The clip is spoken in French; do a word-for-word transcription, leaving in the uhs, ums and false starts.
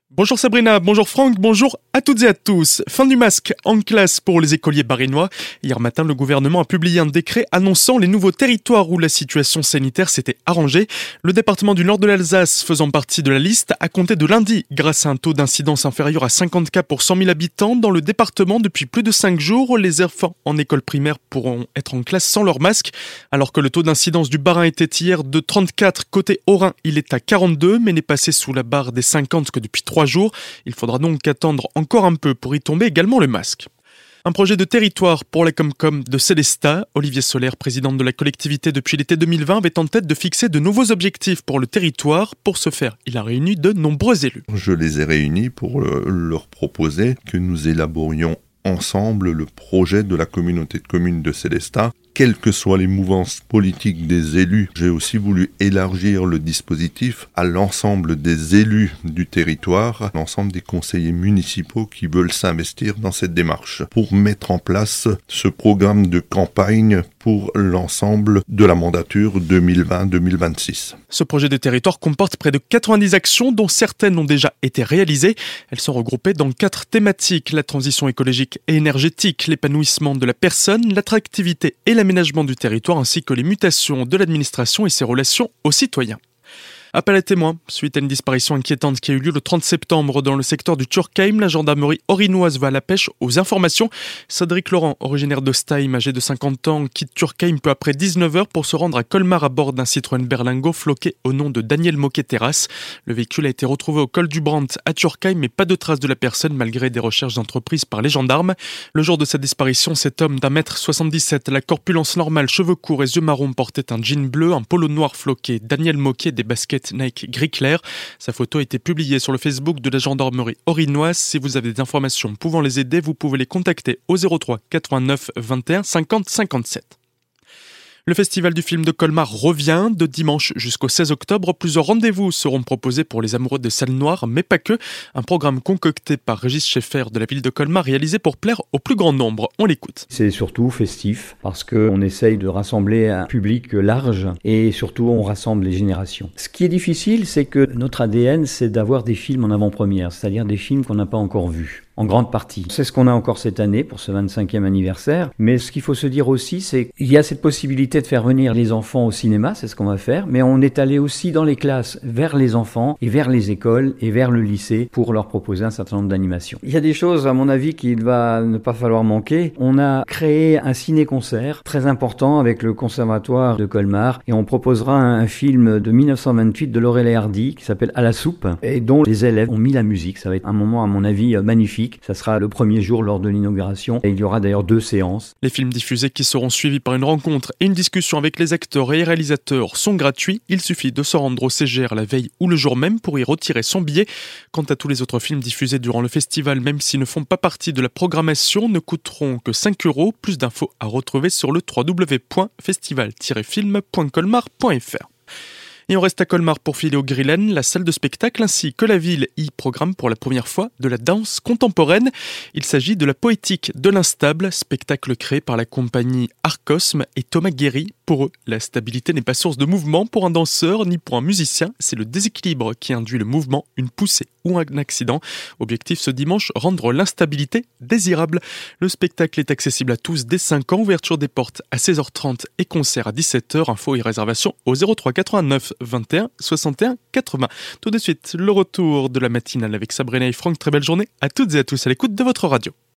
Bonjour Sabrina, bonjour Franck, bonjour à toutes et à tous. Fin du masque en classe pour les écoliers barinois. Hier matin, le gouvernement a publié un décret annonçant les nouveaux territoires où la situation sanitaire s'était arrangée. Le département du nord de l'Alsace, faisant partie de la liste, a compté de lundi, grâce à un taux d'incidence inférieur à cinquante cas pour cent mille habitants. Dans le département, depuis plus de cinq jours, les enfants en école primaire pourront être en classe sans leur masque. Alors que le taux d'incidence du Bas-Rhin était hier de trente-quatre, côté Haut-Rhin, il est à quarante-deux, mais n'est passé sous la barre des cinquante que depuis trois jours. Il faudra donc attendre encore un peu pour y tomber également le masque. Un projet de territoire pour la Comcom de Célestat. Olivier Soler, présidente de la collectivité depuis l'été deux mille vingt, avait en tête de fixer de nouveaux objectifs pour le territoire. Pour ce faire, il a réuni de nombreux élus. Je les ai réunis pour leur proposer que nous élaborions ensemble le projet de la communauté de communes de Célestat. Quelles que soient les mouvances politiques des élus, j'ai aussi voulu élargir le dispositif à l'ensemble des élus du territoire, à l'ensemble des conseillers municipaux qui veulent s'investir dans cette démarche pour mettre en place ce programme de campagne pour l'ensemble de la mandature deux mille vingt deux mille vingt-six. Ce projet de territoire comporte près de quatre-vingt-dix actions dont certaines ont déjà été réalisées. Elles sont regroupées dans quatre thématiques: la transition écologique et énergétique, l'épanouissement de la personne, l'attractivité et la l'aménagement du territoire ainsi que les mutations de l'administration et ses relations aux citoyens. Appel à témoins, suite à une disparition inquiétante qui a eu lieu le trente septembre dans le secteur du Turkheim, la gendarmerie orinoise va à la pêche aux informations. Cédric Laurent, originaire de Stein, âgé de cinquante ans, quitte Turkheim peu après dix-neuf heures pour se rendre à Colmar à bord d'un Citroën Berlingo floqué au nom de Daniel Moquet-Terrasse. Le véhicule a été retrouvé au col du Brandt à Turkheim, mais pas de traces de la personne malgré des recherches entreprises par les gendarmes. Le jour de sa disparition, cet homme d'un mètre soixante-dix-sept, la corpulence normale, cheveux courts et yeux marrons, portait un jean bleu, un polo noir floqué, Daniel Moquet, des baskets Nike gris clair. Sa photo a été publiée sur le Facebook de la gendarmerie orinoise. Si vous avez des informations pouvant les aider, vous pouvez les contacter au zéro trois quatre-vingt-neuf vingt et un cinquante cinquante-sept. Le festival du film de Colmar revient de dimanche jusqu'au seize octobre. Plusieurs rendez-vous seront proposés pour les amoureux des salles noires, mais pas que. Un programme concocté par Régis Schaeffer de la ville de Colmar, réalisé pour plaire au plus grand nombre. On l'écoute. C'est surtout festif parce qu'on essaye de rassembler un public large et surtout on rassemble les générations. Ce qui est difficile, c'est que notre A D N, c'est d'avoir des films en avant-première, c'est-à-dire des films qu'on n'a pas encore vus. En grande partie. C'est ce qu'on a encore cette année pour ce vingt-cinquième anniversaire. Mais ce qu'il faut se dire aussi, c'est qu'il y a cette possibilité de faire venir les enfants au cinéma, c'est ce qu'on va faire, mais on est allé aussi dans les classes vers les enfants et vers les écoles et vers le lycée pour leur proposer un certain nombre d'animations. Il y a des choses, à mon avis, qu'il va ne pas falloir manquer. On a créé un ciné-concert très important avec le Conservatoire de Colmar et on proposera un film de dix-neuf cent vingt-huit de Laurel et Hardy qui s'appelle À la soupe et dont les élèves ont mis la musique. Ça va être un moment, à mon avis, magnifique. Ça sera le premier jour lors de l'inauguration et il y aura d'ailleurs deux séances. Les films diffusés qui seront suivis par une rencontre et une discussion avec les acteurs et les réalisateurs sont gratuits. Il suffit de se rendre au C G R la veille ou le jour même pour y retirer son billet. Quant à tous les autres films diffusés durant le festival, même s'ils ne font pas partie de la programmation, ne coûteront que cinq euros. Plus d'infos à retrouver sur le w w w point festival tiret film point colmar point f r. Et on reste à Colmar pour filer au Grillen, la salle de spectacle ainsi que la ville y programme pour la première fois de la danse contemporaine. Il s'agit de la Poétique de l'instable, spectacle créé par la compagnie Arcosme et Thomas Guéry. Pour eux, la stabilité n'est pas source de mouvement pour un danseur ni pour un musicien, c'est le déséquilibre qui induit le mouvement, une poussée ou un accident. Objectif ce dimanche, rendre l'instabilité désirable. Le spectacle est accessible à tous dès cinq ans, ouverture des portes à seize heures trente et concert à dix-sept heures. Infos et réservations au zéro trois quatre-vingt-neuf vingt et un soixante et un quatre-vingts. Tout de suite, le retour de la matinale avec Sabrina et Franck. Très belle journée à toutes et à tous à l'écoute de votre radio.